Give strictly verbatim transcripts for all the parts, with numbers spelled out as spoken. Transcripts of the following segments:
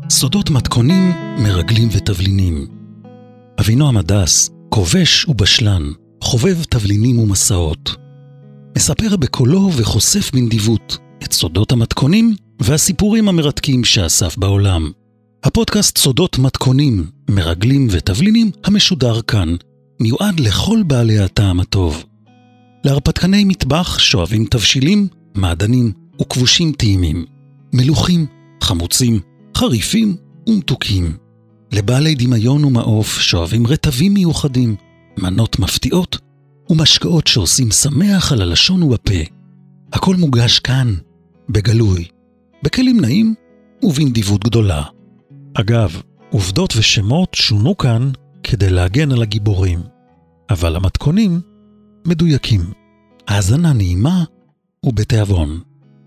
סודות מתכונים, מרגלים ותבלינים. אבינועם הדס, כובש ובשלן, חובב תבלינים ומסעות. מספר בקולו וחושף בנדיבות את סודות המתכונים והסיפורים המרתקים שאסף בעולם. הפודקאסט סודות מתכונים, מרגלים ותבלינים המשודר כאן, מיועד לכל בעלי הטעם הטוב. להרפתקני מטבח שואבים תבשילים, מעדנים וכבושים טעימים, מלוחים, חמוצים, חריפים ומתוקים. לבעלי דמיון ומעוף שואבים רטבים מיוחדים, מנות מפתיעות ומשקאות שעושים שמח על הלשון ובפה. הכל מוגש כאן, בגלוי, בכלים נעים ובנדיבות גדולה. אגב, עובדות ושמות שונו כאן כדי להגן על הגיבורים, אבל המתכונים מדויקים. האזנה נעימה ובתיאבון.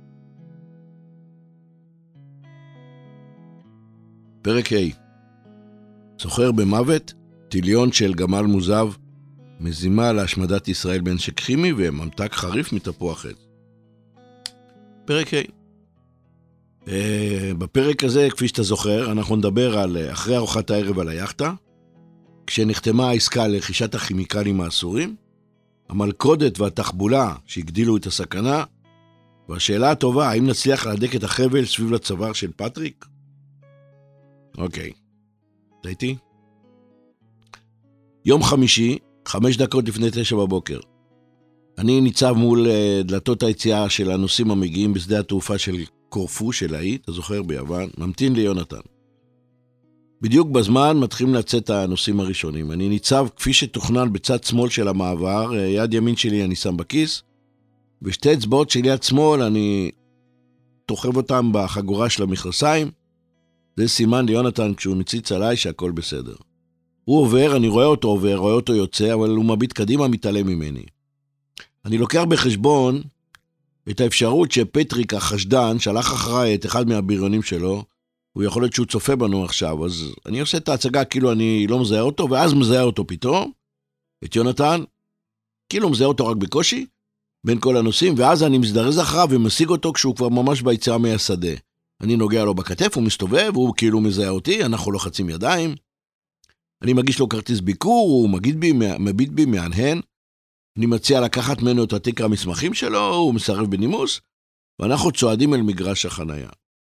פרק ה' סוחר במוות, טיליון של גמל מוזב, מזימה להשמדת ישראל בנשק כימי וממתק חריף מתפוח עץ. פרק ה' uh, בפרק הזה, כפי שאתה זוכר, אנחנו נדבר על אחרי ארוחת הערב על היחטה, כשנחתמה העסקה לרכישת הכימיקלים האסורים, המלכודת והתחבולה שהגדילו את הסכנה, והשאלה הטובה, האם נצליח להדק את החבל סביב לצוואר של פטריק? אוקיי, אתה איתי? יום חמישי, חמש דקות לפני תשע בבוקר. אני ניצב מול דלתות היציאה של הנוסעים המגיעים בשדה התעופה של קורפו של האי, אתה זוכר, ביוון, ממתין ליונתן. בדיוק בזמן מתחילים לצאת הנוסעים הראשונים. אני ניצב כפי שתוכנן בצד שמאל של המעבר, יד ימין שלי אני שם בכיס, ושתי אצבעות של יד שמאל אני תוחב אותם בחגורה של המכנסיים. זה סימן ליונתן כשהוא מציץ עליי שהכל בסדר. הוא עובר, אני רואה אותו עובר, רואה אותו יוצא, אבל הוא מביט קדימה, מתעלם ממני. אני לוקח בחשבון את האפשרות שפטריק החשדן שלח אחריי את אחד מהבריונים שלו, הוא יכול להיות שהוא צופה בנו עכשיו, אז אני עושה את ההצגה כאילו אני לא מזהה אותו, ואז מזהה אותו פתאום, את יונתן, כאילו מזהה אותו רק בקושי, בין כל הנושאים, ואז אני מזדרז אחריו ומשיג אותו כשהוא כבר ממש ביציאה מהשדה. אני נוגע לו בכתף, הוא מסתובב, הוא כאילו מזהה אותי, אנחנו לוחצים ידיים, אני מגיש לו כרטיס ביקור, הוא מגיד בי, מביט בי, מהנהן, אני מציע לקחת ממנו את התיק המסמכים שלו, הוא מסרב בנימוס, ואנחנו צועדים אל מגרש החנייה.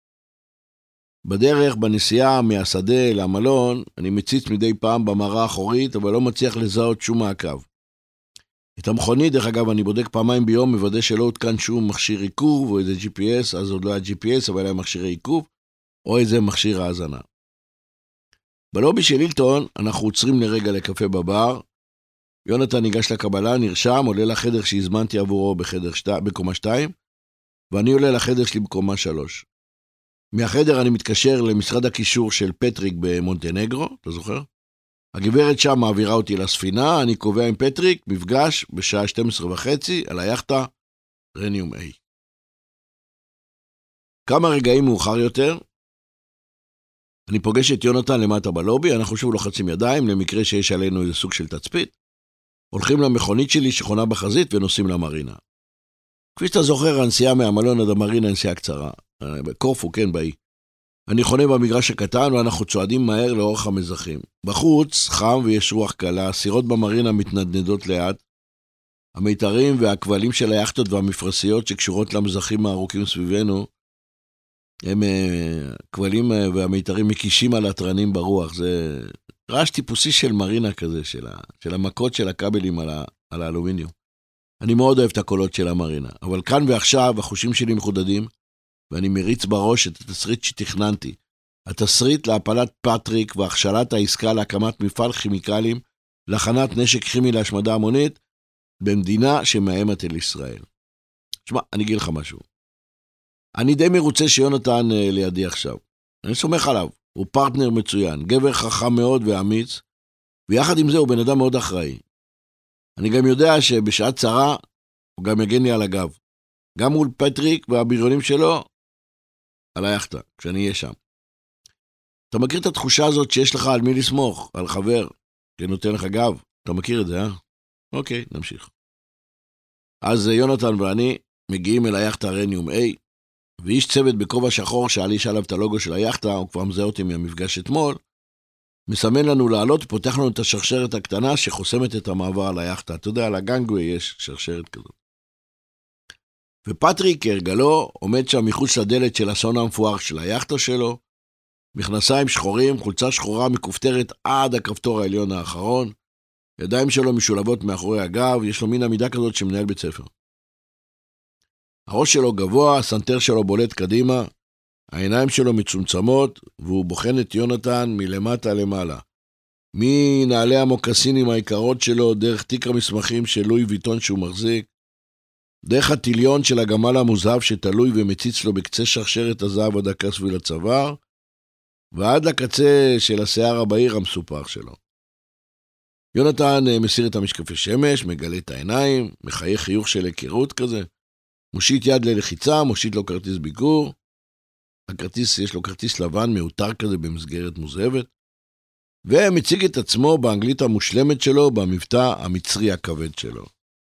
בדרך, בנסיעה מהשדה למלון, אני מציץ מדי פעם במראה האחורית, אבל לא מצליח לזהות שום מעקב. את המכונית, דרך אגב, אני בודק פעמיים ביום, מוודא שלא הותקן שום מכשיר עיכוב, או איזה ג'י פי אס, אז עוד לא היה ג'י פי אס, אבל היה מכשירי עיכוב, או איזה מכשיר האזנה. בלובי של הילטון, אנחנו עוצרים לרגע לקפה בבר, יונתן ניגש לקבלה, נרשם, עולה לחדר שהזמנתי עבורו בחדר שת... בקומה שתיים, ואני עולה לחדר שלי בקומה שלוש. מהחדר אני מתקשר למשרד הקישור של פטריק במונטנגרו, אתה זוכר? הגברת שם מעבירה אותי לספינה, אני קובע עם פטריק, מפגש בשעה שתים עשרה וחצי על היחטה רניום A. כמה רגעים מאוחר יותר, אני פוגש את יונתן למטה בלובי, אנחנו שוב לוחצים ידיים, למקרה שיש עלינו איזה סוג של תצפית, הולכים למכונית שלי שחונה בחזית ונוסעים למרינה. כפי שאתה זוכר, הנסיעה מהמלון עד המרינה נסיעה קצרה, בקורפו, כן, באי. אני חונה במגרש הקטן ואנחנו צועדים מהר לאורך המזחים. בחוץ חם ויש רוח קלה, סירות במרינה מתנדנדות לאט. המיתרים והכבלים של היחטות והמפרסיות שקשורות למזחים הארוכים סביבנו, הם הכבלים והמיתרים מקישים על התרנים ברוח. זה רעש טיפוסי של מרינה כזה, של, ה, של המכות של הכבלים על, ה, על האלומיניום. אני מאוד אוהב את הקולות של המרינה, אבל כאן ועכשיו החושים שלי מחודדים, ואני מריץ בראש את התסריט שתכננתי. התסריט להפלת פטריק והכשלת העסקה להקמת מפעל כימיקלים, להכנת נשק כימי להשמדה המונית, במדינה שמאיימת על ישראל. תשמע, אני אגיד לך משהו. אני די מרוצה שיונתן לידי עכשיו. אני סומך עליו. הוא פרטנר מצוין, גבר חכם מאוד ואמיץ, ויחד עם זה הוא בן אדם מאוד אחראי. אני גם יודע שבשעת צרה הוא גם יגן לי על הגב. גם מול פטריק והבריונים שלו, על היחטה, כשאני אהיה שם. אתה מכיר את התחושה הזאת שיש לך על מי לסמוך, על חבר, שנותן לך גב? אתה מכיר את זה, אה? אוקיי, נמשיך. אז יונתן ואני מגיעים אל היחטה רניום A, ואיש צוות בכובע שחור שעליש עליו את הלוגו של היאכטה, הוא כבר מזהה אותי מהמפגש אתמול, מסמן לנו לעלות, פותח לנו את השרשרת הקטנה שחוסמת את המעבר על היאכטה. אתה יודע, על הגנגווי יש שרשרת כזאת. ופטריק, כהרגלו, עומד שם מחוץ לדלת של הסון המפואר של היאכטה שלו, מכנסיים שחורים, חולצה שחורה מכופתרת עד הכפתור העליון האחרון, ידיים שלו משולבות מאחורי הגב, יש לו מין עמידה כזאת שמנהל בית ספר. הראש שלו גבוה, הסנטר שלו בולט קדימה, העיניים שלו מצומצמות, והוא בוחן את יונתן מלמטה למעלה. מנעלי המוקסינים העיקרות שלו, דרך תיק המסמכים של לואי ויטון שהוא מחזיק, דרך הטיליון של הגמל המוזהב שתלוי ומציץ לו בקצה שרשרת הזהב הדקה סביב הצוואר, ועד לקצה של השיער הבהיר המסופח שלו. יונתן מסיר את המשקפי שמש, מגלה את העיניים, מחייך חיוך של היכרות כזה, מושיט יד ללחיצה, מושיט לו כרטיס ביקור, הכרטיס, יש לו כרטיס לבן מאותר כזה במסגרת מוזהבת, ומציג את עצמו באנגלית המושלמת שלו, במבטא המצרי הכבד שלו.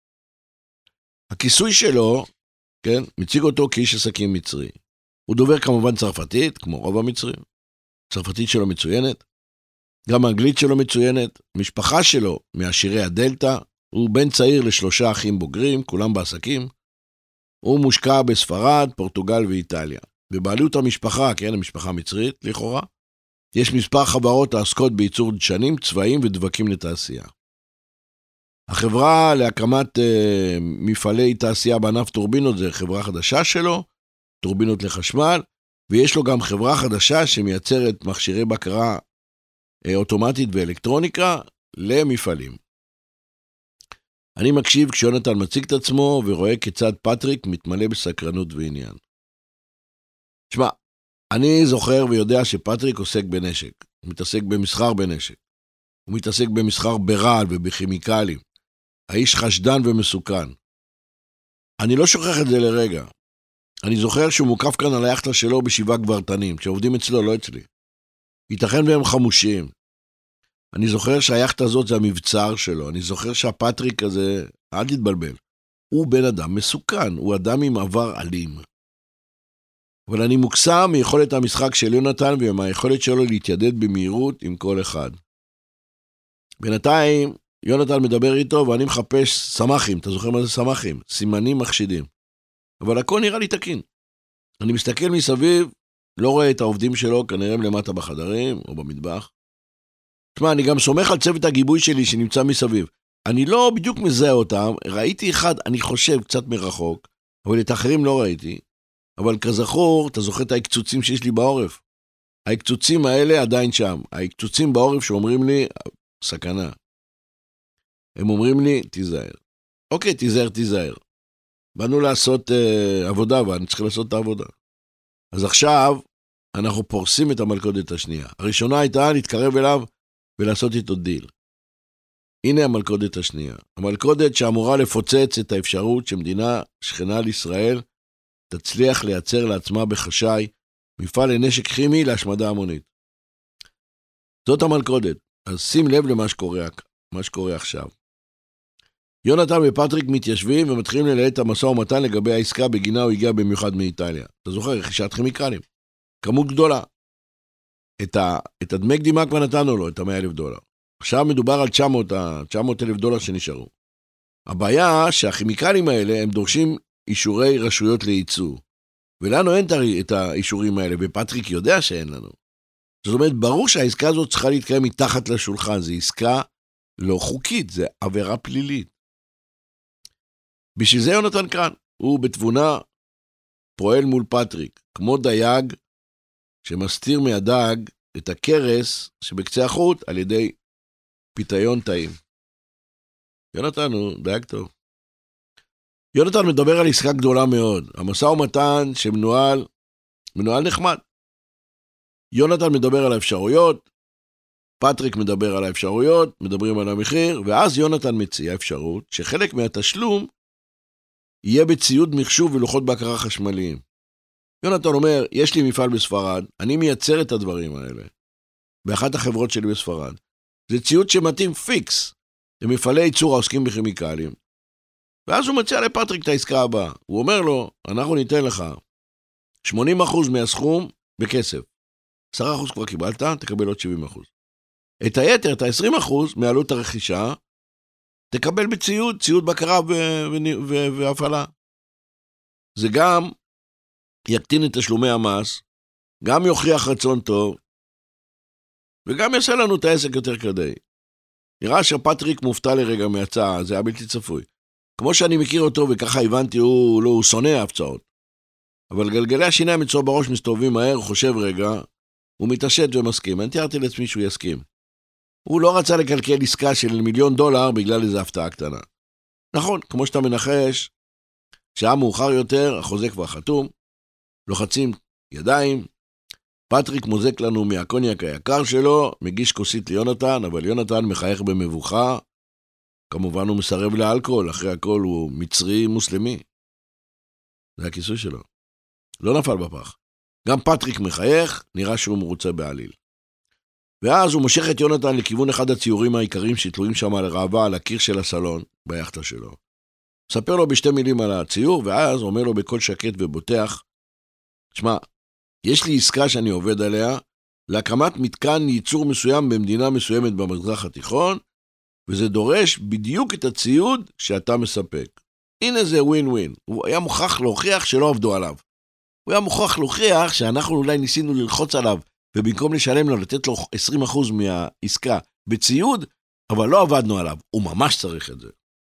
הכיסוי שלו, כן, מציג אותו כאיש עסקים מצרי. הוא דובר כמובן צרפתית, כמו רוב המצרים. צרפתית שלו מצוינת, גם האנגלית שלו מצוינת, משפחה שלו מעשירי הדלטה, הוא בן צעיר לשלושה אחים בוגרים, כולם בעסקים, הוא מושקע בספרד, פורטוגל ואיטליה. בבעלות המשפחה, כן, המשפחה מצרית, לכאורה, יש מספר חברות העסקות בייצור דשנים, צבעים ודבקים לתעשייה. החברה להקמת אה, מפעלי תעשייה בענף טורבינות, זה חברה חדשה שלו, טורבינות לחשמל, ויש לו גם חברה חדשה שמייצרת מכשירי בקרה אה, אוטומטית ואלקטרוניקה למפעלים. אני מקשיב כשיונתן מציג את עצמו ורואה כיצד פטריק מתמלא בסקרנות ועניין. תשמע, אני זוכר ויודע שפטריק עוסק בנשק, הוא מתעסק במסחר בנשק, הוא מתעסק במסחר ברעל ובכימיקלים, האיש חשדן ומסוכן. אני לא שוכח את זה לרגע. אני זוכר שהוא מוקף כאן על היאכטה שלו בשבעה גברתנים, שעובדים אצלו, לא אצלי. ייתכן והם חמושים. אני זוכר שהיאכטה הזאת זה המבצר שלו, אני זוכר שהפטריק הזה, אל תתבלבל, הוא בן אדם מסוכן, הוא אדם עם עבר אלים. אבל אני מוקסם מיכולת המשחק של יונתן ומהיכולת שלו להתיידד במהירות עם כל אחד. בינתיים, יונתן מדבר איתו ואני מחפש סמכים, אתה זוכר מה זה סמכים? סימנים מחשידים. אבל הכל נראה לי תקין. אני מסתכל מסביב, לא רואה את העובדים שלו, כנראה למטה בחדרים או במטבח. תשמע, אני גם סומך על צוות הגיבוי שלי שנמצא מסביב. אני לא בדיוק מזהה אותם, ראיתי אחד, אני חושב, קצת מרחוק, אבל את האחרים לא ראיתי. אבל כזכור, אתה זוכר את ההקצוצים שיש לי בעורף. ההקצוצים האלה עדיין שם. ההקצוצים בעורף שאומרים לי, סכנה. הם אומרים לי, תיזהר. אוקיי, תיזהר, תיזהר. באנו לעשות uh, עבודה, ואני צריך לעשות את העבודה. אז עכשיו, אנחנו פורסים את המלכודת השנייה. הראשונה הייתה להתקרב אליו ולעשות איתו דיל. הנה המלכודת השנייה. המלכודת שאמורה לפוצץ את האפשרות שמדינה שכנה לישראל תצליח לייצר לעצמה בחשאי מפעל לנשק כימי להשמדה המונית. זאת המלכודת. אז שים לב למה שקורה, מה שקורה עכשיו. יונתן ופטריק מתיישבים ומתחילים לנהל את המשא ומתן לגבי העסקה בגינה הוא הגיע במיוחד מאיטליה. אתה זוכר, רכישת כימיקלים. כמות גדולה. את, ה, את הדמי קדימה כבר נתנו לו, את ה-מאה אלף דולר. עכשיו מדובר על תשע מאות אלף דולר שנשארו. הבעיה שהכימיקלים האלה הם דורשים אישורי רשויות לייצוא. ולנו אין את האישורים האלה, ופטריק יודע שאין לנו. זאת אומרת, ברור שהעסקה הזאת צריכה להתקיים מתחת לשולחן, זו עסקה לא חוקית, זה עבירה פלילית. בשביל זה יונתן כאן, הוא בתבונה פועל מול פטריק, כמו דייג שמסתיר מהדג את הקרס שבקצה החוט על ידי פיתיון טעים. יונתן הוא דייג טוב. יונתן מדבר על עסקה גדולה מאוד, המשא ומתן שמנוהל, מנוהל נחמד. יונתן מדבר על האפשרויות, פטריק מדבר על האפשרויות, מדברים על המחיר, ואז יונתן מציע אפשרות שחלק מהתשלום יהיה בציוד מחשוב ולוחות בקרה חשמליים. יונתן אומר, יש לי מפעל בספרד, אני מייצר את הדברים האלה, באחת החברות שלי בספרד. זה ציוד שמתאים פיקס למפעלי ייצור העוסקים בכימיקלים, ואז הוא מציע לפטריק את העסקה הבאה. הוא אומר לו, אנחנו ניתן לך שמונים אחוז מהסכום בכסף. עשרה אחוז כבר קיבלת, תקבל עוד שבעים אחוז. את היתר, את ה-עשרים אחוז מעלות הרכישה, תקבל בציוד, ציוד בקרה ו- ו- ו- והפעלה. זה גם יקטין את תשלומי המס, גם יוכיח רצון טוב, וגם יעשה לנו את העסק יותר כדי. נראה שפטריק מופתע לרגע מהצעה, זה היה בלתי צפוי. כמו שאני מכיר אותו, וככה הבנתי, הוא, לא, הוא שונא ההפצעות. אבל גלגלי השיניים אצלו בראש מסתובבים מהר, חושב רגע, הוא מתעשת ומסכים. אני תיארתי לעצמי שהוא יסכים. הוא לא רצה לקלקל עסקה של מיליון דולר בגלל איזו הפתעה קטנה. נכון, כמו שאתה מנחש, שעה מאוחר יותר, החוזה כבר חתום, לוחצים ידיים, פטריק מוזק לנו מהקוניאק היקר שלו, מגיש כוסית ליונתן, אבל יונתן מחייך במבוכה, כמובן הוא מסרב לאלכוהול, אחרי הכל הוא מצרי מוסלמי. זה הכיסוי שלו. לא נפל בפח. גם פטריק מחייך, נראה שהוא מרוצה בעליל. ואז הוא מושך את יונתן לכיוון אחד הציורים העיקריים שתלויים שם על רעבה על הקיר של הסלון, ביחטה שלו. ספר לו בשתי מילים על הציור, ואז אומר לו בקול שקט ובוטח, שמע, יש לי עסקה שאני עובד עליה, להקמת מתקן ייצור מסוים במדינה מסוימת במזרח התיכון, וזה דורש בדיוק את הציוד שאתה מספק. הנה זה ווין ווין. הוא היה מוכרח להוכיח שלא עבדו עליו. הוא היה מוכרח להוכיח שאנחנו אולי ניסינו ללחוץ עליו, ובמקום לשלם לו, לתת לו עשרים אחוז מהעסקה בציוד, אבל לא עבדנו עליו. הוא ממש צריך את זה.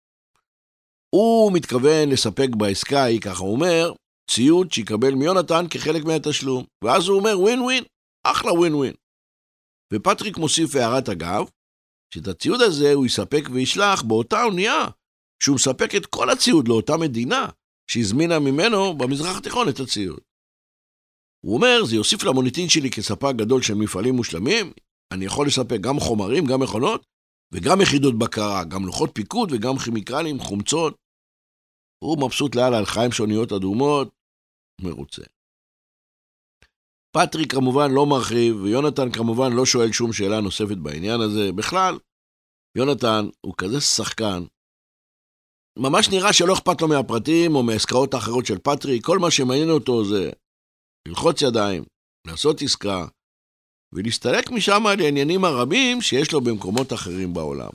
הוא מתכוון לספק בעסקה, היא ככה אומר, ציוד שיקבל מיונתן כחלק מהתשלום. ואז הוא אומר ווין ווין, אחלה ווין ווין. ופטריק מוסיף הערת אגב, שאת הציוד הזה הוא יספק וישלח באותה אונייה, שהוא מספק את כל הציוד לאותה מדינה, שהזמינה ממנו במזרח התיכון את הציוד. הוא אומר, זה יוסיף למוניטין שלי כספק גדול של מפעלים מושלמים, אני יכול לספק גם חומרים, גם מכונות, וגם יחידות בקרה, גם לוחות פיקוד וגם כימיקלים, חומצות. הוא מבסוט לאללה על חיים שוניות אדומות, מרוצה. פטריק כמובן לא מרחיב, ויונתן כמובן לא שואל שום שאלה נוספת בעניין הזה. בכלל, יונתן הוא כזה שחקן, ממש נראה שלא אכפת לו מהפרטים או מהעסקאות האחרות של פטריק, כל מה שמעניין אותו זה ללחוץ ידיים, לעשות עסקה, ולהסתלק משם על העניינים הרבים שיש לו במקומות אחרים בעולם.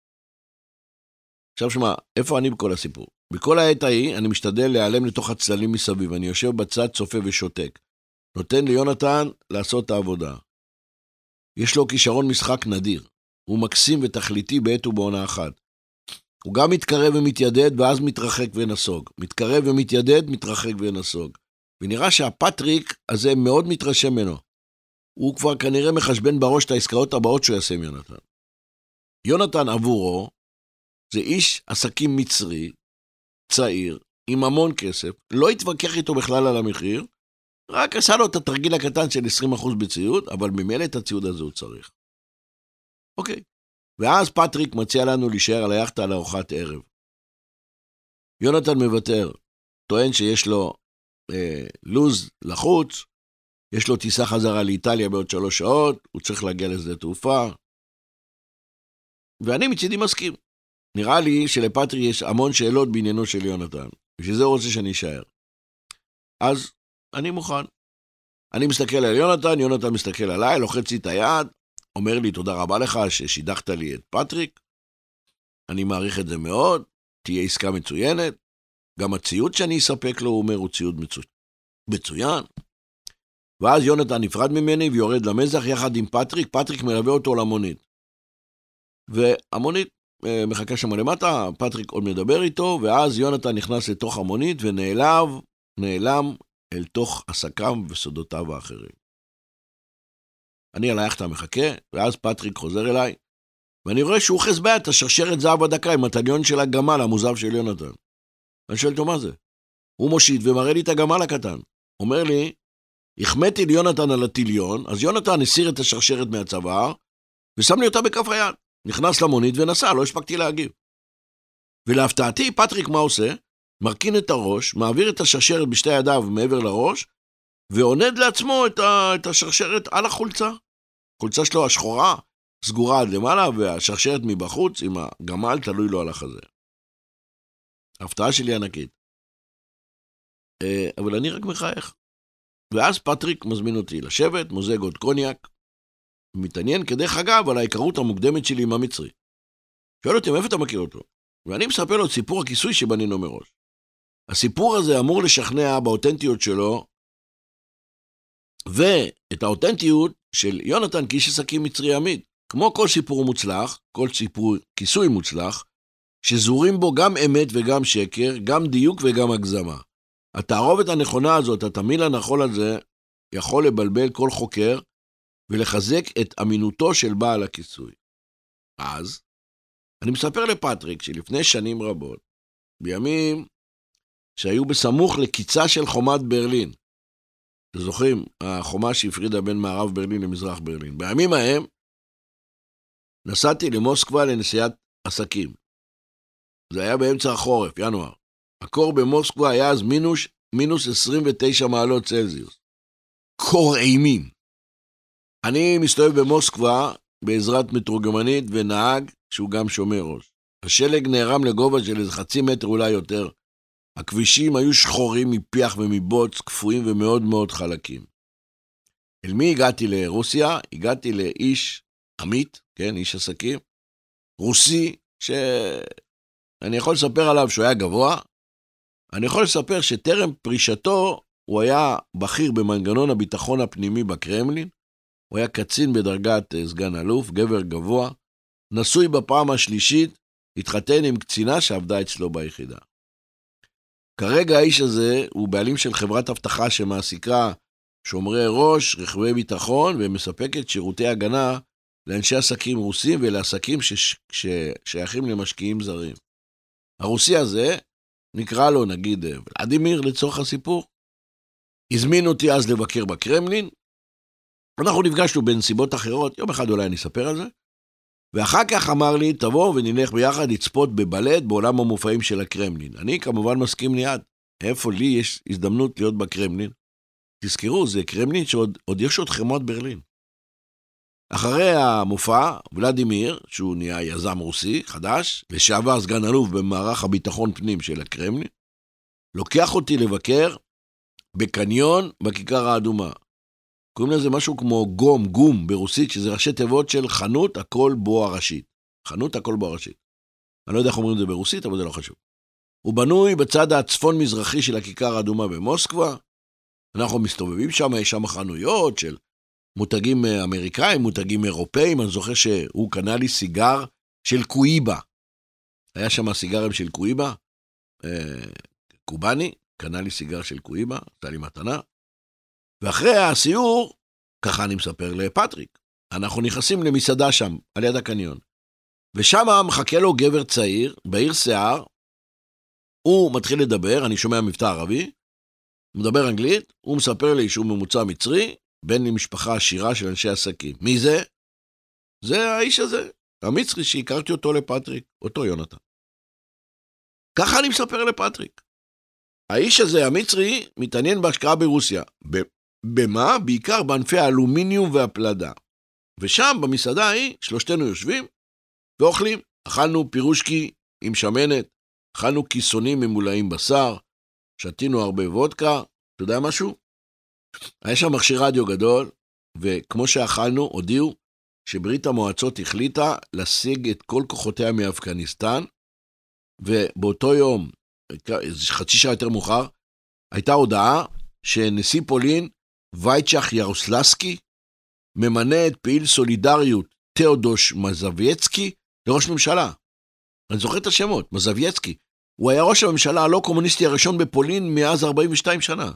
עכשיו שמה, איפה אני בכל הסיפור? בכל העת ההיא אני משתדל להיעלם לתוך הצללים מסביב, אני יושב בצד, צופה ושותק. נותן ליונתן לעשות את העבודה. יש לו כישרון משחק נדיר. הוא מקסים ותכליתי בעת ובעונה אחת. הוא גם מתקרב ומתיידד ואז מתרחק ונסוג. מתקרב ומתיידד, מתרחק ונסוג. ונראה שהפטריק הזה מאוד מתרשם ממנו. הוא כבר כנראה מחשבן בראש את העסקאות הבאות שהוא יעשה עם יונתן. יונתן עבורו זה איש עסקים מצרי, צעיר, עם המון כסף, לא התווכח איתו בכלל על המחיר, רק עשה לו את התרגיל הקטן של עשרים אחוז בציוד, אבל ממילא את הציוד הזה הוא צריך. אוקיי. ואז פטריק מציע לנו להישאר על היחטה לארוחת ערב. יונתן מוותר, טוען שיש לו אה, לוז לחוץ, יש לו טיסה חזרה לאיטליה בעוד שלוש שעות, הוא צריך להגיע לשדה תעופה, ואני מצידי מסכים. נראה לי שלפטריק יש המון שאלות בעניינו של יונתן, ושזה הוא רוצה שאני אשאר. אז אני מוכן. אני מסתכל על יונתן, יונתן מסתכל עליי, לוחץ לי את היד, אומר לי תודה רבה לך ששידחת לי את פטריק, אני מעריך את זה מאוד, תהיה עסקה מצוינת, גם הציוד שאני אספק לו, הוא אומר, הוא ציוד מצו... מצוין. ואז יונתן נפרד ממני ויורד למזח יחד עם פטריק, פטריק מלווה אותו למונית. והמונית אה, מחכה שם למטה, פטריק עוד מדבר איתו, ואז יונתן נכנס לתוך המונית ונעלב, נעלם אל תוך עסקיו וסודותיו האחרים. אני על היחטה מחכה, ואז פטריק חוזר אליי, ואני רואה שהוא חס ביד את השרשרת זהב הדקה עם הטליון של הגמל המוזב של יונתן. אני שואל אותו מה זה? הוא מושיט ומראה לי את הגמל הקטן. אומר לי, החמאתי ליונתן על הטליון, אז יונתן הסיר את השרשרת מהצוואר, ושם לי אותה בכף היד. נכנס למונית ונסע, לא הספקתי להגיב. ולהפתעתי, פטריק מה עושה? מרכין את הראש, מעביר את השרשרת בשתי ידיו מעבר לראש, ועונד לעצמו את, ה... את השרשרת על החולצה. החולצה שלו השחורה, סגורה עד למעלה, והשרשרת מבחוץ עם הגמל תלוי לו על החזה. ההפתעה שלי ענקית. אבל אני רק מחייך. ואז פטריק מזמין אותי לשבת, מוזג עוד קוניאק, ומתעניין כדרך אגב על ההיכרות המוקדמת שלי עם המצרי. שואל אותי, מאיפה אתה מכיר אותו? ואני מספר לו את סיפור הכיסוי שבנינו מראש. הסיפור הזה אמור לשכנע באותנטיות שלו, ואת האותנטיות של יונתן כאיש עסקים מצרי עמיד. כמו כל סיפור מוצלח, כל סיפור כיסוי מוצלח, שזורים בו גם אמת וגם שקר, גם דיוק וגם הגזמה. התערובת הנכונה הזאת, התמיל הנכון הזה, יכול לבלבל כל חוקר, ולחזק את אמינותו של בעל הכיסוי. אז, אני מספר לפטריק שלפני שנים רבות, בימים שהיו בסמוך לקיצה של חומת ברלין, אתם זוכרים, החומה שהפרידה בין מערב ברלין למזרח ברלין, בימים ההם, נסעתי למוסקבה לנסיעת עסקים. זה היה באמצע החורף, ינואר. הקור במוסקבה היה אז מינוס, מינוס עשרים ותשע מעלות צלזיוס. קור אימים. אני מסתובב במוסקבה בעזרת מתורגמנית ונהג שהוא גם שומר ראש. השלג נערם לגובה של איזה חצי מטר אולי יותר. הכבישים היו שחורים מפיח ומבוץ, כפויים ומאוד מאוד חלקים. אל מי הגעתי לרוסיה? הגעתי לאיש עמית, כן, איש עסקים, רוסי, שאני יכול לספר עליו שהוא היה גבוה, אני יכול לספר שטרם פרישתו הוא היה בכיר במנגנון הביטחון הפנימי בקרמלין, הוא היה קצין בדרגת סגן אלוף, גבר גבוה, נשוי בפעם השלישית, התחתן עם קצינה שעבדה אצלו ביחידה. כרגע האיש הזה הוא בעלים של חברת הבטחה שמעסיקה שומרי ראש, רכבי ביטחון, ומספקת שירותי הגנה לאנשי עסקים רוסים ולעסקים ששייכים למשקיעים זרים. הרוסי הזה, נקרא לו נגיד ולדימיר לצורך הסיפור, הזמין אותי אז לבקר בקרמלין, אנחנו נפגשנו בנסיבות אחרות, יום אחד אולי אני אספר על זה, ואחר כך אמר לי, תבוא ונלך ביחד לצפות בבלט בעולם המופעים של הקרמלין. אני כמובן מסכים ליד, איפה לי יש הזדמנות להיות בקרמלין? תזכרו, זה קרמלין שעוד עוד יש עוד חמות ברלין. אחרי המופע, ולדימיר, שהוא נהיה יזם רוסי חדש, לשעבר סגן אלוף במערך הביטחון פנים של הקרמלין, לוקח אותי לבקר בקניון בכיכר האדומה. קוראים לזה משהו כמו גום, גום ברוסית, שזה ראשי תיבות של חנות הכל בו הראשית. חנות הכל בו הראשית. אני לא יודע איך אומרים את זה ברוסית, אבל זה לא חשוב. הוא בנוי בצד הצפון מזרחי של הכיכר האדומה במוסקבה. אנחנו מסתובבים שם, יש שם חנויות של מותגים אמריקאים, מותגים אירופאים. אני זוכר שהוא קנה לי סיגר של קויבה. היה שם סיגרים של קויבה, אה, קובני, קנה לי סיגר של קויבה, עשה לי מתנה. ואחרי הסיור, ככה אני מספר לפטריק, אנחנו נכנסים למסעדה שם, על יד הקניון. ושם מחכה לו גבר צעיר, בעיר שיער, הוא מתחיל לדבר, אני שומע מבטא ערבי, מדבר אנגלית, הוא מספר לי שהוא ממוצע מצרי, בן למשפחה עשירה של אנשי עסקים. מי זה? זה האיש הזה, המצרי שהכרתי אותו לפטריק, אותו יונתן. ככה אני מספר לפטריק. האיש הזה, המצרי, מתעניין בהשקעה ברוסיה. במה? בעיקר בענפי האלומיניום והפלדה. ושם, במסעדה ההיא, שלושתנו יושבים ואוכלים. אכלנו פירושקי עם שמנת, אכלנו כיסונים ממולאים בשר, שתינו הרבה וודקה. אתה יודע משהו? היה שם מכשיר רדיו גדול, וכמו שאכלנו, הודיעו שברית המועצות החליטה להשיג את כל כוחותיה מאפגניסטן, ובאותו יום, חצי שעה יותר מאוחר, הייתה הודעה שנשיא פולין, וייצ'ך ירוסלסקי, ממנה את פעיל סולידריות תיאודוש מזוויצקי לראש ממשלה. אני זוכר את השמות, מזוויצקי. הוא היה ראש הממשלה הלא קומוניסטי הראשון בפולין מאז ארבעים ושתיים שנה.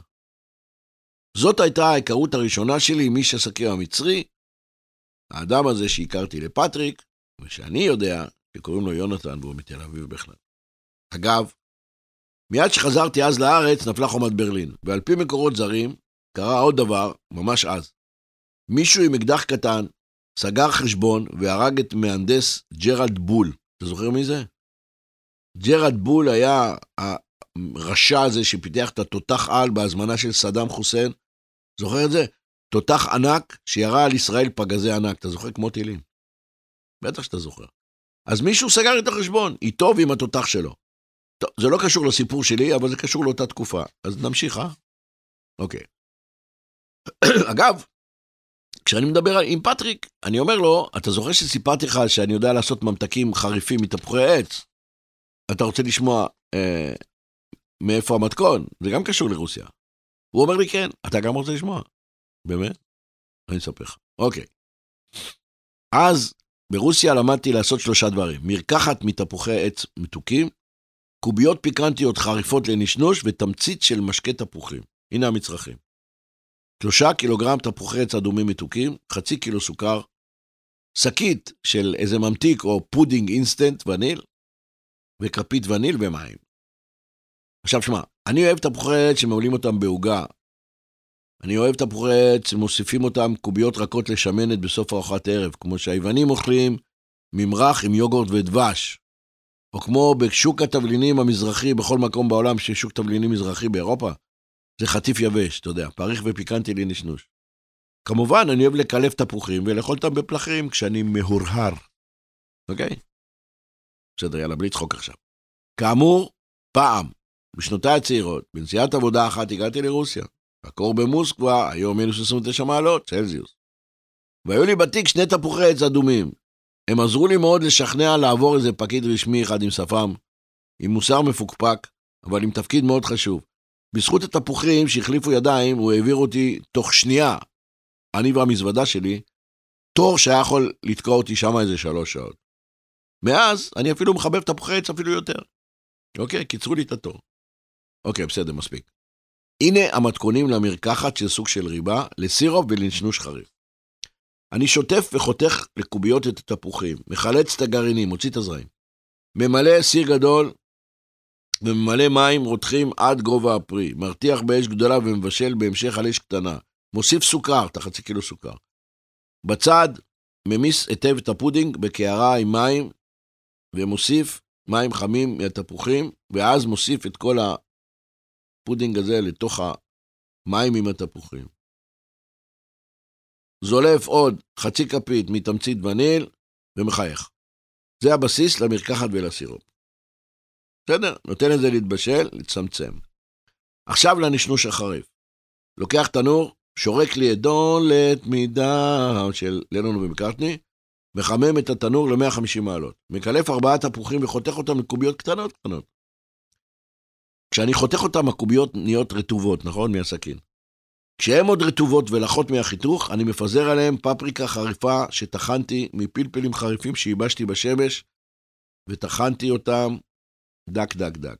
זאת הייתה ההיכרות הראשונה שלי עם איש עסקים המצרי, האדם הזה שהכרתי לפטריק, ושאני יודע שקוראים לו יונתן והוא מתל אביב בכלל. אגב, מיד שחזרתי אז לארץ נפלה חומת ברלין, ועל פי מקורות זרים קרה עוד דבר, ממש אז. מישהו עם אקדח קטן סגר חשבון והרג את מהנדס ג'רלד בול. אתה זוכר מי זה? ג'רלד בול היה הרשע הזה שפיתח את התותח על בהזמנה של סדאם חוסיין. זוכר את זה? תותח ענק שירה על ישראל פגזי ענק. אתה זוכר? כמו טילים. בטח שאתה זוכר. אז מישהו סגר את החשבון, איתו ועם התותח שלו. טוב, זה לא קשור לסיפור שלי, אבל זה קשור לאותה תקופה. אז נמשיך, אה? אוקיי. אגב, כשאני מדבר עם פטריק, אני אומר לו, אתה זוכר שסיפרתי לך שאני יודע לעשות ממתקים חריפים מתפוחי עץ? אתה רוצה לשמוע אה, מאיפה המתכון? זה גם קשור לרוסיה. הוא אומר לי, כן, אתה גם רוצה לשמוע? באמת? אני אספר לך. אוקיי. אז ברוסיה למדתי לעשות שלושה דברים. מרקחת מתפוחי עץ מתוקים, קוביות פיקנטיות חריפות לנשנוש, ותמצית של משקה תפוחים. הנה המצרכים. שלושה קילוגרם תפוחי עץ אדומים מתוקים, חצי קילו סוכר, שקית של איזה ממתיק או פודינג אינסטנט וניל, וכפית וניל ומים. עכשיו שמע, אני אוהב תפוחי עץ שמעולים אותם בעוגה. אני אוהב תפוחי עץ שמוסיפים אותם קוביות רכות לשמנת בסוף ארוחת ערב, כמו שהיוונים אוכלים ממרח עם יוגורט ודבש. או כמו בשוק התבלינים המזרחי, בכל מקום בעולם ששוק תבלינים מזרחי באירופה, זה חטיף יבש, אתה יודע, פריך ופיקנטי לנשנוש. כמובן, אני אוהב לקלף תפוחים ולאכול אותם בפלחים כשאני מהורהר. אוקיי? בסדר, יאללה, בלי צחוק עכשיו. כאמור, פעם, בשנותיי הצעירות, בנסיעת עבודה אחת הגעתי לרוסיה. הקור במוסקבה, היום מינוס עשרים ותשע מעלות, צלזיוס. והיו לי בתיק שני תפוחי עץ אדומים. הם עזרו לי מאוד לשכנע לעבור איזה פקיד רשמי אחד עם שפם, עם מוסר מפוקפק, אבל עם תפקיד מאוד חשוב. בזכות התפוחים שהחליפו ידיים, הוא העביר אותי תוך שנייה, אני והמזוודה שלי, תור שהיה יכול לתקוע אותי שם איזה שלוש שעות. מאז, אני אפילו מחבב תפוחי עץ אפילו יותר. אוקיי, קיצרו לי את התור. אוקיי, בסדר, מספיק. הנה המתכונים למרקחת של סוג של ריבה, לסירופ ולנשנוש חריף. אני שוטף וחותך לקוביות את התפוחים, מחלץ את הגרעינים, מוציא את הזרעים. ממלא סיר גדול, וממלא מים רותחים עד גובה הפרי, מרתיח באש גדולה ומבשל בהמשך על אש קטנה. מוסיף סוכר, את החצי קילו סוכר. בצד, ממיס היטב את הפודינג בקערה עם מים, ומוסיף מים חמים מהתפוחים, ואז מוסיף את כל הפודינג הזה לתוך המים עם התפוחים. זולף עוד חצי כפית מתמצית וניל, ומחייך. זה הבסיס למרקחת ולסירופ. בסדר? נותן את זה להתבשל, לצמצם. עכשיו לנשנוש החריף. לוקח תנור, שורק לי את דולת מידה של לנון ומקרטני, מחמם את התנור ל-מאה וחמישים מעלות. מקלף ארבעה תפוחים וחותך אותם לקוביות קטנות קטנות. כשאני חותך אותם, הקוביות נהיות רטובות, נכון? מהסכין. כשהן עוד רטובות ולחות מהחיתוך, אני מפזר עליהם פפריקה חריפה שטחנתי מפלפלים חריפים שייבשתי בשמש, וטחנתי אותם דק דק דק.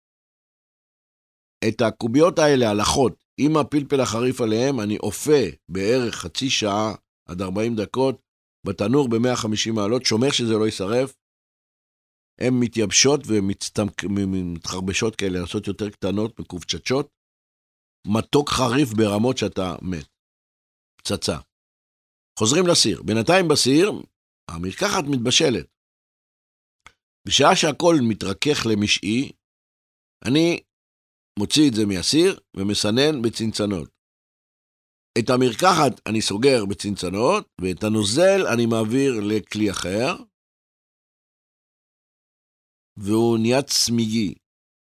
את הקוביות האלה, הלחות, עם הפלפל החריף עליהם, אני אופה בערך חצי שעה עד ארבעים דקות, בתנור ב-מאה וחמישים מעלות, שומר שזה לא יישרף. הן מתייבשות ומתחרבשות כאלה, לעשות יותר קטנות, מקובצ'צ'ות. מתוק חריף ברמות שאתה מת. פצצה. חוזרים לסיר. בינתיים בסיר, המרקחת מתבשלת. בשעה שהכל מתרכך למשעי, אני מוציא את זה מהסיר ומסנן בצנצנות. את המרקחת אני סוגר בצנצנות, ואת הנוזל אני מעביר לכלי אחר, והוא נהיה צמיגי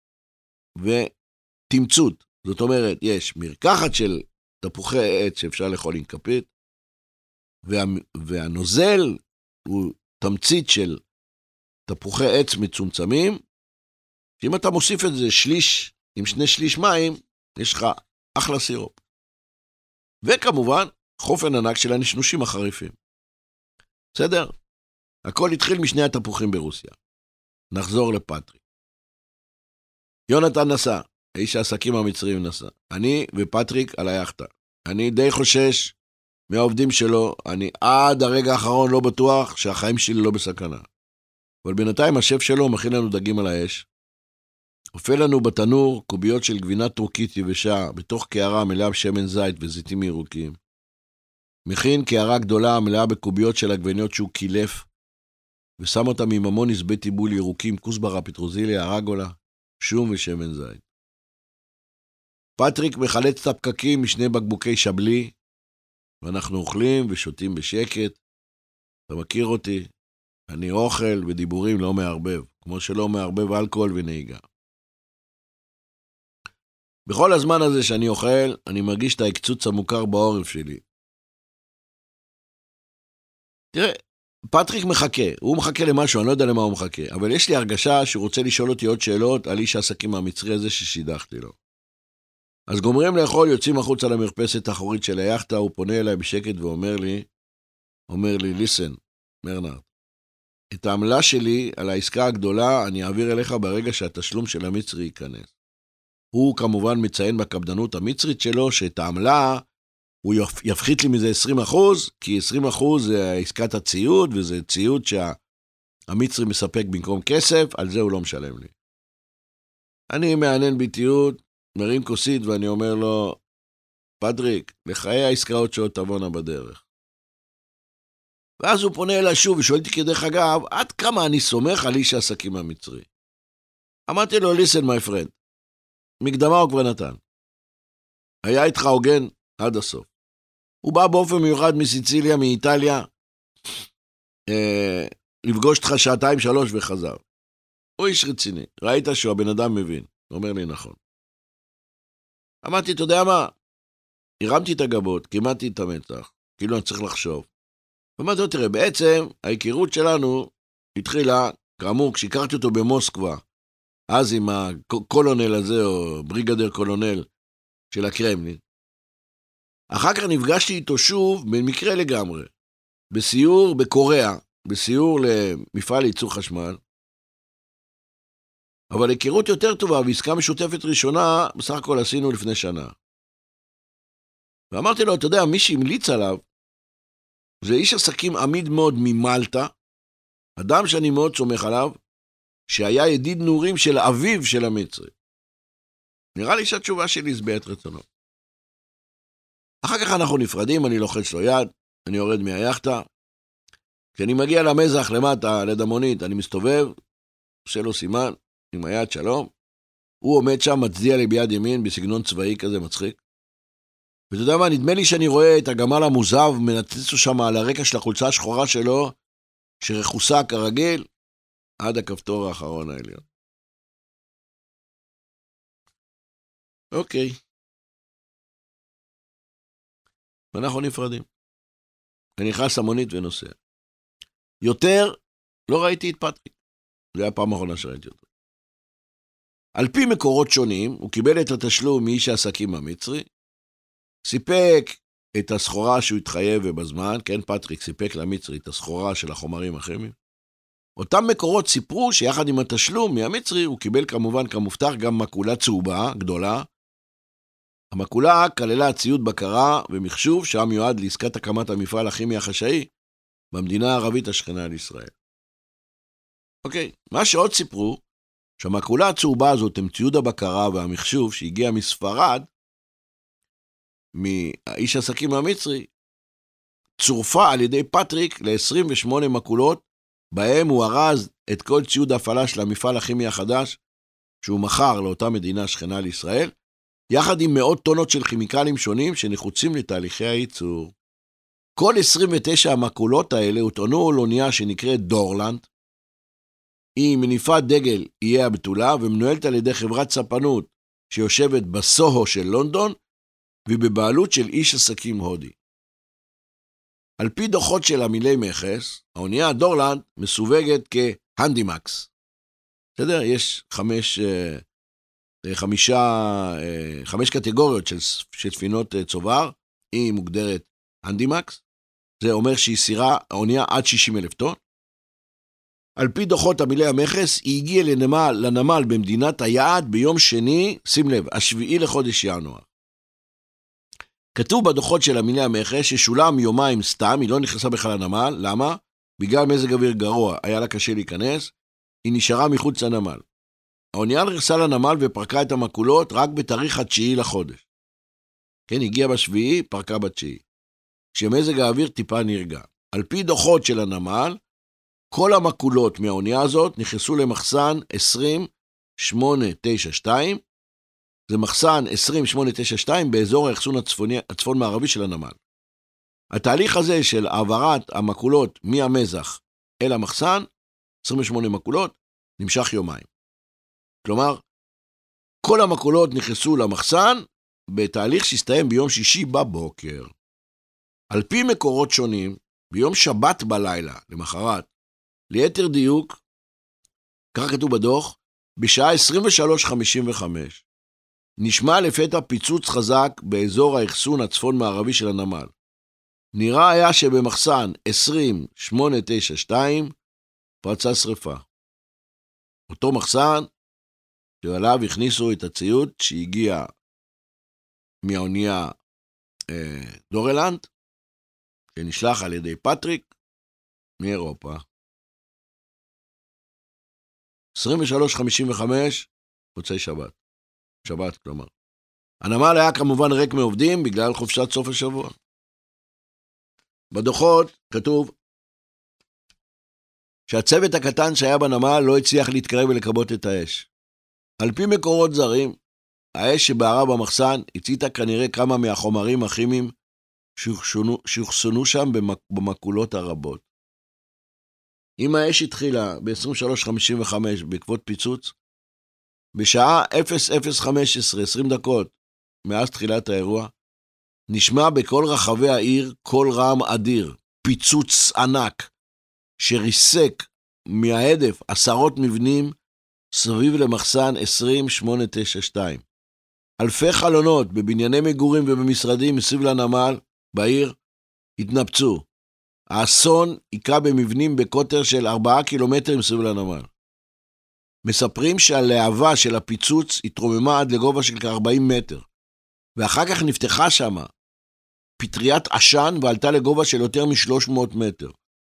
ותמצות. זאת אומרת, יש מרקחת של תפוחי עץ שאפשר לאכול עם כפית, וה, והנוזל הוא תמצית של תפוחי עץ מצומצמים, שאם אתה מוסיף את זה שליש, עם שני שליש מים, יש לך אחלה סירופ. וכמובן, חופן ענק של הנשנושים החריפים. בסדר? הכל התחיל משני התפוחים ברוסיה. נחזור לפטריק. יונתן נסע, האיש העסקים המצריים נסע. אני ופטריק על היחטה. אני די חושש מהעובדים שלו, אני עד הרגע האחרון לא בטוח שהחיים שלי לא בסכנה. אבל בינתיים השף שלו מכין לנו דגים על האש, אופה לנו בתנור קוביות של גבינה טורקית יבשה, בתוך קערה מלאה בשמן זית וזיתים ירוקים. מכין קערה גדולה מלאה בקוביות של עגבניות שהוא קילף, ושם אותם עם המון עזבי טיבול ירוקים, כוסברה, פטרוזיליה, ארגולה, שום ושמן זית. פטריק מחלץ את הפקקים משני בקבוקי שבלי, ואנחנו אוכלים ושותים בשקט. אתה מכיר אותי? אני אוכל ודיבורים לא מערבב, כמו שלא מערבב אלכוהול ונהיגה. בכל הזמן הזה שאני אוכל, אני מרגיש את ההקצוץ המוכר בעורף שלי. תראה, פטריק מחכה, הוא מחכה למשהו, אני לא יודע למה הוא מחכה, אבל יש לי הרגשה שהוא רוצה לשאול אותי עוד שאלות על איש העסקים המצרי הזה ששידחתי לו. אז גומרים לאכול, יוצאים החוצה למרפסת האחורית של היאכטה, הוא פונה אליי בשקט ואומר לי, אומר לי, ליסן, מרנרד, את העמלה שלי על העסקה הגדולה אני אעביר אליך ברגע שהתשלום של המצרי ייכנס. הוא כמובן מציין בקפדנות המצרית שלו שאת העמלה הוא יפחית לי מזה עשרים אחוז, כי עשרים אחוז זה עסקת הציוד, וזה ציוד שהמצרי מספק במקום כסף, על זה הוא לא משלם לי. אני מענן ביטיות, מרים כוסית ואני אומר לו, פטריק, לחיי העסקאות שעוד תבונה בדרך. ואז הוא פונה אליי שוב ושואל אותי כדרך אגב, עד כמה אני סומך על איש העסקים המצרי. אמרתי לו, listen my friend, מקדמה הוא כבר נתן. היה איתך הוגן עד הסוף. הוא בא באופן מיוחד מסיציליה, מאיטליה, אה, לפגוש אותך שעתיים שלוש וחזר. הוא איש רציני, ראית שהוא הבן אדם מבין. הוא אומר לי נכון. אמרתי, אתה יודע מה? הרמתי את הגבות, כימדתי את המצח, כאילו אני צריך לחשוב. ואמרתי לו, תראה, בעצם ההיכרות שלנו התחילה, כאמור, כשהכרתי אותו במוסקבה, אז עם הקולונל הזה, או בריגדר קולונל של הקרמלין. אחר כך נפגשתי איתו שוב, במקרה לגמרי, בסיור בקוריאה, בסיור למפעל ייצור חשמל, אבל היכרות יותר טובה ועסקה משותפת ראשונה, בסך הכל עשינו לפני שנה. ואמרתי לו, אתה יודע, מי שהמליץ עליו, זה איש עסקים עמיד מאוד ממלטה, אדם שאני מאוד סומך עליו, שהיה ידיד נורים של אביו של המצרי. נראה לי שהתשובה שלי זבעה את רצונו. אחר כך אנחנו נפרדים, אני לוחץ לו יד, אני יורד מהיאכטה. כשאני מגיע למזח למטה, לדמונית, אני מסתובב, עושה לו סימן, עם היד שלום. הוא עומד שם, מצדיע לי ביד ימין, בסגנון צבאי כזה מצחיק. ואתה יודע מה, נדמה לי שאני רואה את הגמל המוזב, מנצץ שם על הרקע של החולצה השחורה שלו, שרחוסה כרגיל, עד הכפתור האחרון העליון. אוקיי. ואנחנו נפרדים. אני נכנס למונית ונוסע. יותר לא ראיתי את פטריק. זה היה הפעם האחרונה שראיתי אותו. על פי מקורות שונים, הוא קיבל את התשלום מאיש העסקים המצרי, סיפק את הסחורה שהוא התחייב ובזמן, כן, פטריק סיפק למצרי את הסחורה של החומרים הכימיים. אותם מקורות סיפרו שיחד עם התשלום מהמצרי, הוא קיבל כמובן כמובטח גם מקולה צהובה גדולה. המקולה כללה ציוד בקרה ומחשוב שהיה מיועד לעסקת הקמת המפעל הכימי החשאי במדינה הערבית השכנה על ישראל. אוקיי, מה שעוד סיפרו, שהמקולה הצהובה הזאת עם ציוד הבקרה והמחשוב שהגיע מספרד, מהאיש העסקים המצרי, צורפה על ידי פטריק ל-עשרים ושמונה מקולות, בהם הוא ארז את כל ציוד ההפעלה של המפעל הכימי החדש, שהוא מכר לאותה מדינה שכנה לישראל, יחד עם מאות טונות של כימיקלים שונים שנחוצים לתהליכי הייצור. כל עשרים ותשע המקולות האלה הוטענו על אונייה שנקראת דורלנד, היא מניפת דגל איי הבתולה ומנוהלת על ידי חברת ספנות שיושבת בסוהו של לונדון, ובבעלות של איש עסקים הודי. על פי דוחות של המילי מכס, האונייה דורלנד מסווגת כהנדימקס. בסדר? יש חמש, חמישה, חמש קטגוריות של, של ספינות צובר, היא מוגדרת הנדימקס, זה אומר שהיא סירה, האונייה עד שישים אלף טון. על פי דוחות המילי המכס, היא הגיעה לנמל, לנמל במדינת היעד ביום שני, שים לב, השביעי לחודש ינואר. כתוב בדוחות של המילי המכס ששולם יומיים סתם, היא לא נכנסה בכלל לנמל, למה? בגלל מזג אוויר גרוע, היה לה קשה להיכנס, היא נשארה מחוץ לנמל. האונייה נכנסה לנמל ופרקה את המקולות רק בתאריך התשיעי לחודש. כן, הגיעה בשביעי, פרקה בתשיעי. כשמזג האוויר טיפה נרגע. על פי דוחות של הנמל, כל המקולות מהאונייה הזאת נכנסו למחסן עשרים שמונה תשע שתיים, זה מחסן עשרים שמונה תשע שתיים באזור האחסון הצפוני, הצפון מערבי של הנמל. התהליך הזה של העברת המקולות מהמזח אל המחסן, עשרים ושמונה מקולות, נמשך יומיים. כלומר, כל המקולות נכנסו למחסן, בתהליך שהסתיים ביום שישי בבוקר. על פי מקורות שונים, ביום שבת בלילה, למחרת, ליתר דיוק, כך כתוב בדוח, בשעה עשרים ושלוש חמישים וחמש, נשמע לפתע פיצוץ חזק באזור האחסון הצפון-מערבי של הנמל. נראה היה שבמחסן עשרים שמונה תשע שתיים פרצה שריפה. אותו מחסן שעליו הכניסו את הציוד שהגיע מהאונייה אה, דורלנד, שנשלח על ידי פטריק מאירופה. עשרים ושלוש חמישים וחמש, מוצאי שבת. שבת, כלומר. הנמל היה כמובן ריק מעובדים בגלל חופשת סוף השבוע. בדוחות כתוב שהצוות הקטן שהיה בנמל לא הצליח להתקרב ולכבות את האש. על פי מקורות זרים, האש שבערה במחסן הציתה כנראה כמה מהחומרים הכימיים שהוחסנו שם במקולות הרבות. אם האש התחילה ב-עשרים ושלוש חמישים וחמש בעקבות פיצוץ, בשעה אפס אפס חמש עשרה, עשרים דקות מאז תחילת האירוע, נשמע בכל רחבי העיר קול רעם אדיר, פיצוץ ענק, שריסק מההדף עשרות מבנים סביב למחסן עשרים שמונה תשע שתיים. אלפי חלונות בבנייני מגורים ובמשרדים מסביב לנמל, בעיר, התנפצו. האסון עיקה במבנים בקוטר של ארבעה קילומטרים מסביב לנמל. מספרים שהלהבה של הפיצוץ התרוממה עד לגובה של כ-ארבעים מטר, ואחר כך נפתחה שמה פטריית עשן ועלתה לגובה של יותר מ-שלוש מאות מטר.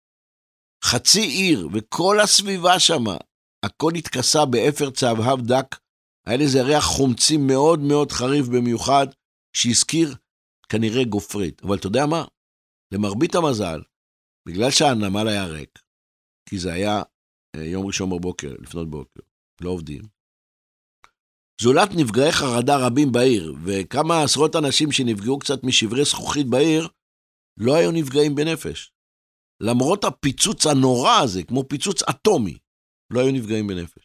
חצי עיר וכל הסביבה שמה, הכל התכסה באפר צהבהב דק, היה לזה ריח חומצי מאוד מאוד חריף במיוחד, שהזכיר כנראה גופרית. אבל אתה יודע מה? למרבית המזל, בגלל שהנמל היה ריק, כי זה היה יום ראשון בבוקר, לפנות בוקר, לא עובדים, זולת נפגעי חרדה רבים בעיר, וכמה עשרות אנשים שנפגעו קצת משברי זכוכית בעיר, לא היו נפגעים בנפש. למרות הפיצוץ הנורא הזה, כמו פיצוץ אטומי, לא היו נפגעים בנפש.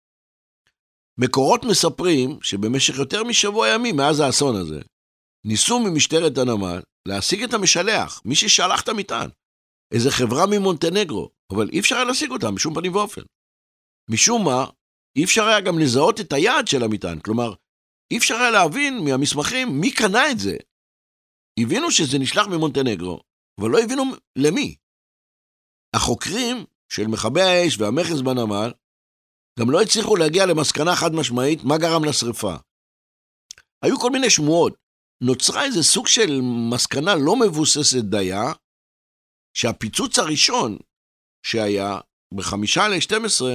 מקורות מספרים שבמשך יותר משבוע ימים מאז האסון הזה, ניסו ממשטרת הנמל להשיג את המשלח, מי ששלח את המטען, איזה חברה ממונטנגרו, אבל אי אפשר היה להשיג אותם בשום פנים ואופן. משום מה, אי אפשר היה גם לזהות את היעד של המטען, כלומר, אי אפשר היה להבין מהמסמכים מי קנה את זה. הבינו שזה נשלח ממונטנגרו, אבל לא הבינו למי. החוקרים של מכבי האש והמכס בנמל, גם לא הצליחו להגיע למסקנה חד משמעית מה גרם לשריפה. היו כל מיני שמועות, נוצרה איזה סוג של מסקנה לא מבוססת דייה, שהפיצוץ הראשון שהיה בחמישה ל-שתים עשרה,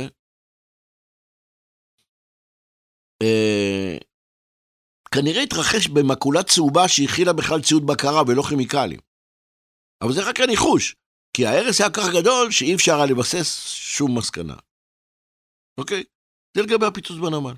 אה, כנראה התרחש במקולה צהובה שהכילה בכלל ציוד בקרה ולא כימיקלים. אבל זה רק הניחוש, כי ההרס היה כך גדול שאי אפשר היה לבסס שום מסקנה. אוקיי? זה לגבי הפיצוץ בנמל.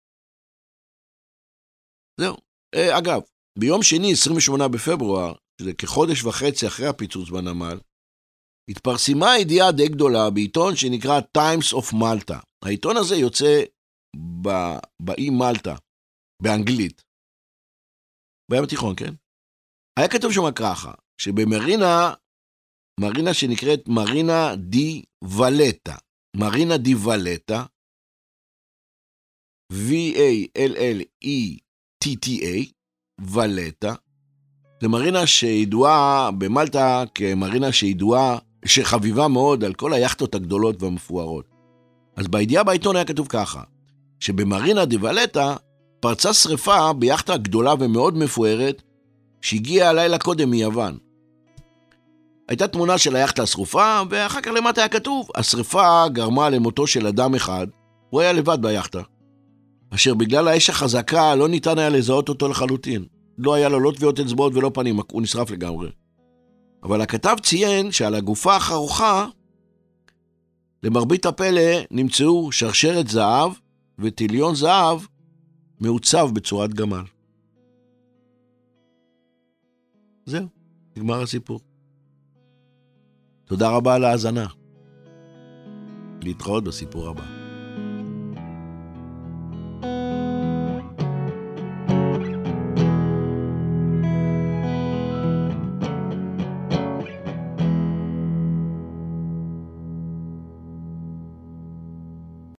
זהו. אה, אגב, ביום שני, עשרים ושמונה בפברואר, שזה כחודש וחצי אחרי הפיצוץ בנמל, התפרסמה ידיעה די גדולה בעיתון שנקרא Times of Malta. העיתון הזה יוצא ב- באי מלטה, באנגלית. בים התיכון, כן? היה כתוב שם ככה, שבמרינה, מרינה שנקראת מרינה די ולטה, מרינה די ולטה, V-A-L-L-E-T-T-A, ולטה, זה מרינה שידועה במלטה כמרינה שידועה, שחביבה מאוד על כל היחטות הגדולות והמפוארות. אז בידיעה בעיתון היה כתוב ככה, שבמרינה די ולטה פרצה שריפה ביחטה גדולה ומאוד מפוארת, שהגיעה הלילה קודם מיוון. הייתה תמונה של היחטה השרופה, ואחר כך למטה היה כתוב, השריפה גרמה למותו של אדם אחד, הוא היה לבד ביחטה, אשר בגלל האש החזקה לא ניתן היה לזהות אותו לחלוטין. לא היה לו לא טביעות אצבעות ולא פנים, הוא נשרף לגמרי. אבל הכתב ציין שעל הגופה החרוכה, למרבית הפלא נמצאו שרשרת זהב וטיליון זהב מעוצב בצורת גמל. זהו, נגמר הסיפור. תודה רבה על ההאזנה. להתראות בסיפור הבא.